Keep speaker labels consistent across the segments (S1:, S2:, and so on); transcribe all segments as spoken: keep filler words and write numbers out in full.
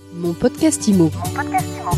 S1: Mon podcast Imo.
S2: Mon podcast Imo.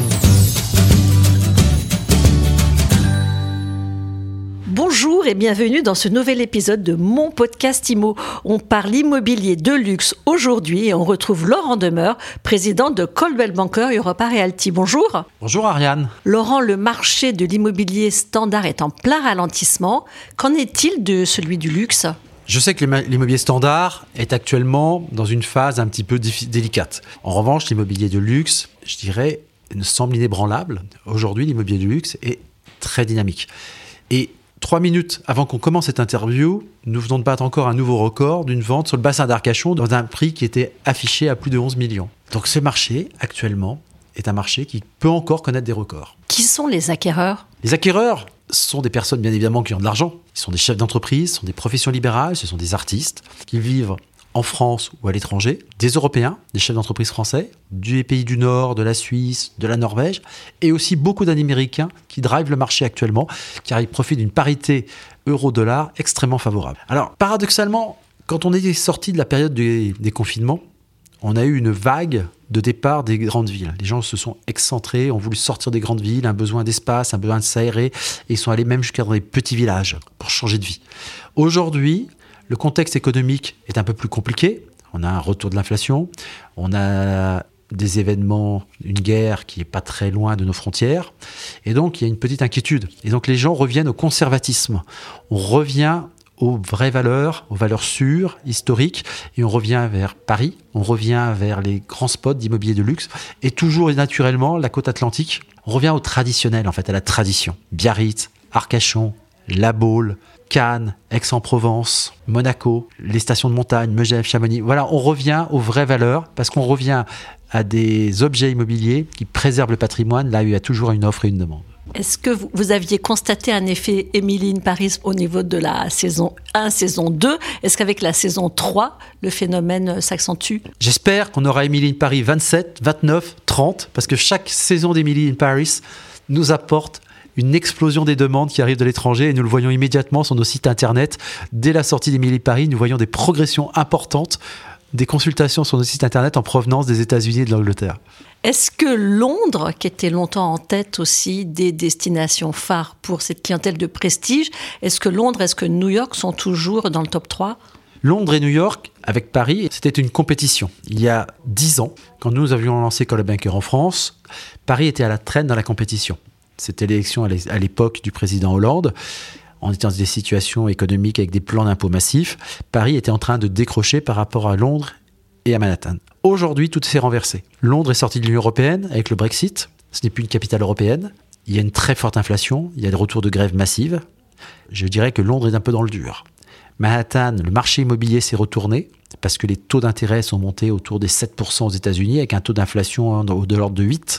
S3: Bonjour et bienvenue dans ce nouvel épisode de Mon podcast Imo. On parle immobilier de luxe aujourd'hui et on retrouve Laurent Demeure, président de Coldwell Banker Europa Realty. Bonjour.
S4: Bonjour Ariane.
S3: Laurent, le marché de l'immobilier standard est en plein ralentissement. Qu'en est-il de celui du luxe ?
S4: Je sais que l'immobilier standard est actuellement dans une phase un petit peu diffi- délicate. En revanche, l'immobilier de luxe, je dirais, ne semble inébranlable. Aujourd'hui, l'immobilier de luxe est très dynamique. Et trois minutes avant qu'on commence cette interview, nous venons de battre encore un nouveau record d'une vente sur le bassin d'Arcachon dans un prix qui était affiché à plus de onze millions. Donc ce marché, actuellement, est un marché qui peut encore connaître des records.
S3: Qui sont les acquéreurs ?
S4: Les acquéreurs sont des personnes, bien évidemment, qui ont de l'argent. Ils sont des chefs d'entreprise, ce sont des professions libérales, ce sont des artistes qui vivent en France ou à l'étranger, des Européens, des chefs d'entreprise français, du pays du Nord, de la Suisse, de la Norvège, et aussi beaucoup d'Américains qui drivent le marché actuellement, car ils profitent d'une parité euro-dollar extrêmement favorable. Alors, paradoxalement, quand on est sorti de la période des, des confinements, on a eu une vague de départ des grandes villes. Les gens se sont excentrés, ont voulu sortir des grandes villes, un besoin d'espace, un besoin de s'aérer, et ils sont allés même jusqu'à dans des petits villages pour changer de vie. Aujourd'hui, le contexte économique est un peu plus compliqué. On a un retour de l'inflation, on a des événements, une guerre qui n'est pas très loin de nos frontières, et donc il y a une petite inquiétude. Et donc les gens reviennent au conservatisme. On revient aux vraies valeurs, aux valeurs sûres, historiques, et on revient vers Paris, on revient vers les grands spots d'immobilier de luxe, et toujours et naturellement la côte atlantique. On revient au traditionnel, en fait, à la tradition. Biarritz, Arcachon, La Baule, Cannes, Aix-en-Provence, Monaco, les stations de montagne, Megève, Chamonix. Voilà, on revient aux vraies valeurs, parce qu'on revient à des objets immobiliers qui préservent le patrimoine, là où il y a toujours une offre et une demande.
S3: Est-ce que vous, vous aviez constaté un effet Emily in Paris au niveau de la saison un, saison deux ? Est-ce qu'avec la saison trois, le phénomène s'accentue ?
S4: J'espère qu'on aura Emily in Paris vingt-sept, vingt-neuf, trente, parce que chaque saison d'Emily in Paris nous apporte une explosion des demandes qui arrivent de l'étranger, et nous le voyons immédiatement sur nos sites internet. Dès la sortie d'Emily in Paris, nous voyons des progressions importantes, des consultations sur nos sites internet en provenance des États-Unis et de l'Angleterre.
S3: Est-ce que Londres, qui était longtemps en tête aussi des destinations phares pour cette clientèle de prestige, est-ce que Londres, est-ce que New York sont toujours dans le top trois ?
S4: Londres et New York, avec Paris, c'était une compétition. Il y a dix ans, quand nous avions lancé Coldwell Banker en France, Paris était à la traîne dans la compétition. C'était l'élection à l'époque du président Hollande. On était dans des situations économiques avec des plans d'impôts massifs. Paris était en train de décrocher par rapport à Londres et à Manhattan. Aujourd'hui, tout s'est renversé. Londres est sorti de l'Union européenne avec le Brexit. Ce n'est plus une capitale européenne. Il y a une très forte inflation. Il y a des retours de grève massives. Je dirais que Londres est un peu dans le dur. Manhattan, le marché immobilier s'est retourné parce que les taux d'intérêt sont montés autour des sept pour cent aux États-Unis avec un taux d'inflation de l'ordre de huit.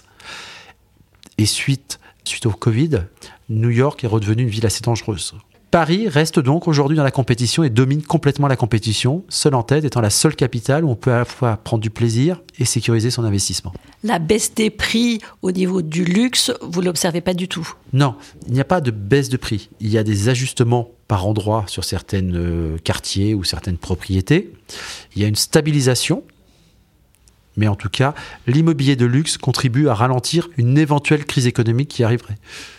S4: Et suite, suite au Covid, New York est redevenu une ville assez dangereuse. Paris reste donc aujourd'hui dans la compétition et domine complètement la compétition, seule en tête étant la seule capitale où on peut à la fois prendre du plaisir et sécuriser son investissement.
S3: La baisse des prix au niveau du luxe, vous ne l'observez pas du tout ?
S4: Non, il n'y a pas de baisse de prix. Il y a des ajustements par endroit sur certains euh, quartiers ou certaines propriétés. Il y a une stabilisation. Mais en tout cas, l'immobilier de luxe contribue à ralentir une éventuelle crise économique qui arriverait.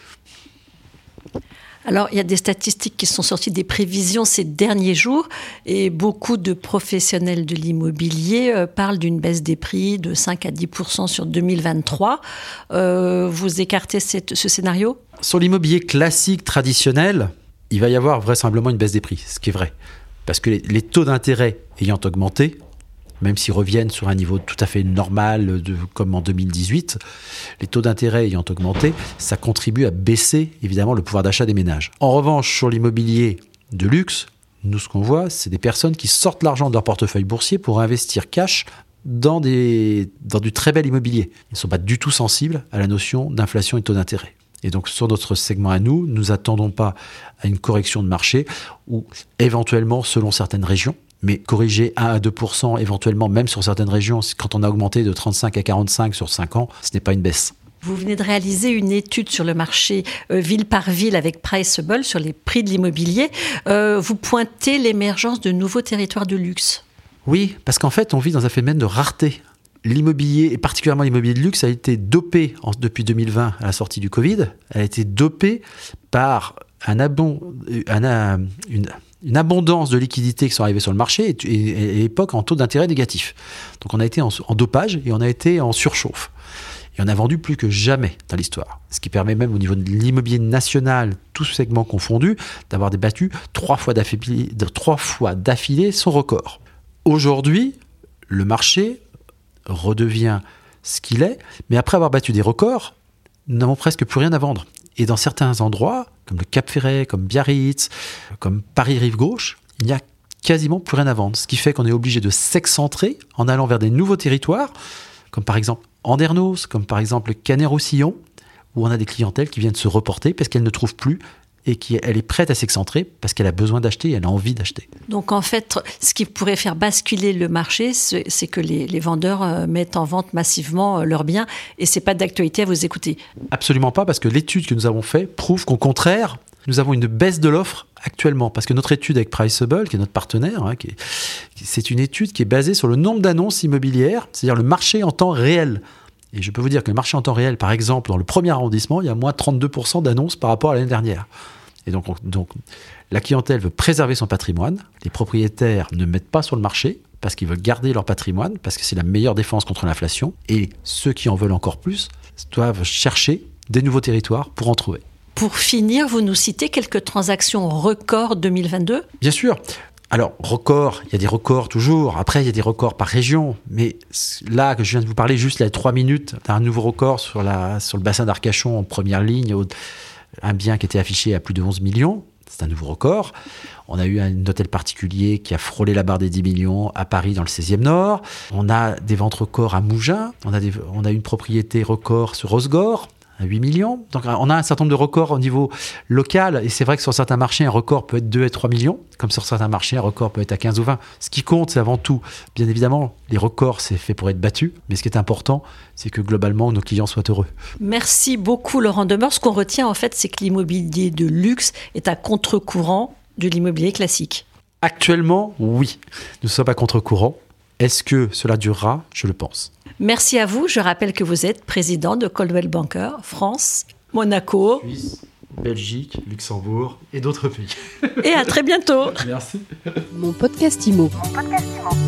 S3: Alors, il y a des statistiques qui sont sorties, des prévisions ces derniers jours, et beaucoup de professionnels de l'immobilier euh, parlent d'une baisse des prix de cinq à dix pour cent sur deux mille vingt-trois. Euh, vous écartez cette, ce scénario ?
S4: Sur l'immobilier classique, traditionnel, il va y avoir vraisemblablement une baisse des prix, ce qui est vrai. Parce que les, les taux d'intérêt ayant augmenté, même s'ils reviennent sur un niveau tout à fait normal, de, comme en deux mille dix-huit, les taux d'intérêt ayant augmenté, ça contribue à baisser évidemment le pouvoir d'achat des ménages. En revanche, sur l'immobilier de luxe, nous ce qu'on voit, c'est des personnes qui sortent l'argent de leur portefeuille boursier pour investir cash dans, des, dans du très bel immobilier. Ils ne sont pas du tout sensibles à la notion d'inflation et taux d'intérêt. Et donc sur notre segment à nous, nous n'attendons pas à une correction de marché ou éventuellement selon certaines régions, mais corriger un à deux pour cent éventuellement, même sur certaines régions, quand on a augmenté de trente-cinq à quarante-cinq sur cinq ans, ce n'est pas une baisse.
S3: Vous venez de réaliser une étude sur le marché euh, ville par ville avec Priceable sur les prix de l'immobilier. Euh, vous pointez l'émergence de nouveaux territoires de luxe.
S4: Oui, parce qu'en fait, on vit dans un phénomène de rareté. l'immobilier, et particulièrement l'immobilier de luxe, a été dopé en, depuis deux mille vingt, à la sortie du Covid, elle a été dopée par un abon, un, un, une, une abondance de liquidités qui sont arrivées sur le marché et, et, et à l'époque en taux d'intérêt négatif. Donc on a été en, en dopage et on a été en surchauffe. Et on a vendu plus que jamais dans l'histoire. Ce qui permet même au niveau de l'immobilier national, tous segments confondus, d'avoir débattu trois fois d'affilée, de trois fois d'affilée son record. Aujourd'hui, le marché redevient ce qu'il est, mais après avoir battu des records, nous n'avons presque plus rien à vendre. Et dans certains endroits, comme le Cap Ferret, comme Biarritz, comme Paris-Rive-Gauche, il n'y a quasiment plus rien à vendre. Ce qui fait qu'on est obligé de s'excentrer en allant vers des nouveaux territoires, comme par exemple Andernos, comme par exemple Canet-Roussillon, où on a des clientèles qui viennent se reporter parce qu'elles ne trouvent plus et qu'elle est prête à s'excentrer parce qu'elle a besoin d'acheter et elle a envie d'acheter.
S3: Donc en fait, ce qui pourrait faire basculer le marché, c'est, c'est que les, les vendeurs mettent en vente massivement leurs biens et ce n'est pas d'actualité à vous écouter.
S4: Absolument pas, parce que l'étude que nous avons faite prouve qu'au contraire, nous avons une baisse de l'offre actuellement. Parce que notre étude avec Priceable, qui est notre partenaire, hein, qui est, c'est une étude qui est basée sur le nombre d'annonces immobilières, c'est-à-dire le marché en temps réel. Et je peux vous dire que le marché en temps réel, par exemple, dans le premier arrondissement, il y a moins trente-deux pour cent d'annonces par rapport à l'année dernière. Et donc, on, donc, la clientèle veut préserver son patrimoine. Les propriétaires ne mettent pas sur le marché parce qu'ils veulent garder leur patrimoine, parce que c'est la meilleure défense contre l'inflation. Et ceux qui en veulent encore plus doivent chercher des nouveaux territoires pour en trouver.
S3: Pour finir, vous nous citez quelques transactions records deux mille vingt-deux ?
S4: Bien sûr. Alors, records, il y a des records toujours. Après, il y a des records par région. Mais là, que je viens de vous parler, juste là, trois minutes, un nouveau record sur, la, sur le bassin d'Arcachon en première ligne, un bien qui était affiché à plus de onze millions. C'est un nouveau record. On a eu un hôtel particulier qui a frôlé la barre des dix millions à Paris dans le seizième Nord. On a des ventes records à Mougins. On a, des, on a une propriété record sur Osgore à huit millions. Donc on a un certain nombre de records au niveau local. Et c'est vrai que sur certains marchés, un record peut être deux à trois millions. Comme sur certains marchés, un record peut être à quinze ou vingt. Ce qui compte, c'est avant tout, bien évidemment, les records, c'est fait pour être battu. Mais ce qui est important, c'est que globalement, nos clients soient heureux.
S3: Merci beaucoup, Laurent Demeure. Ce qu'on retient, en fait, c'est que l'immobilier de luxe est à contre-courant de l'immobilier classique.
S4: Actuellement, oui. Nous ne sommes à contre-courant. Est-ce que cela durera ? Je le pense.
S3: Merci à vous. Je rappelle que vous êtes président de Coldwell Banker, France, Monaco,
S4: Suisse, Belgique, Luxembourg et d'autres pays.
S3: Et à très bientôt.
S4: Merci.
S1: Mon podcast Imo. Mon podcast Imo.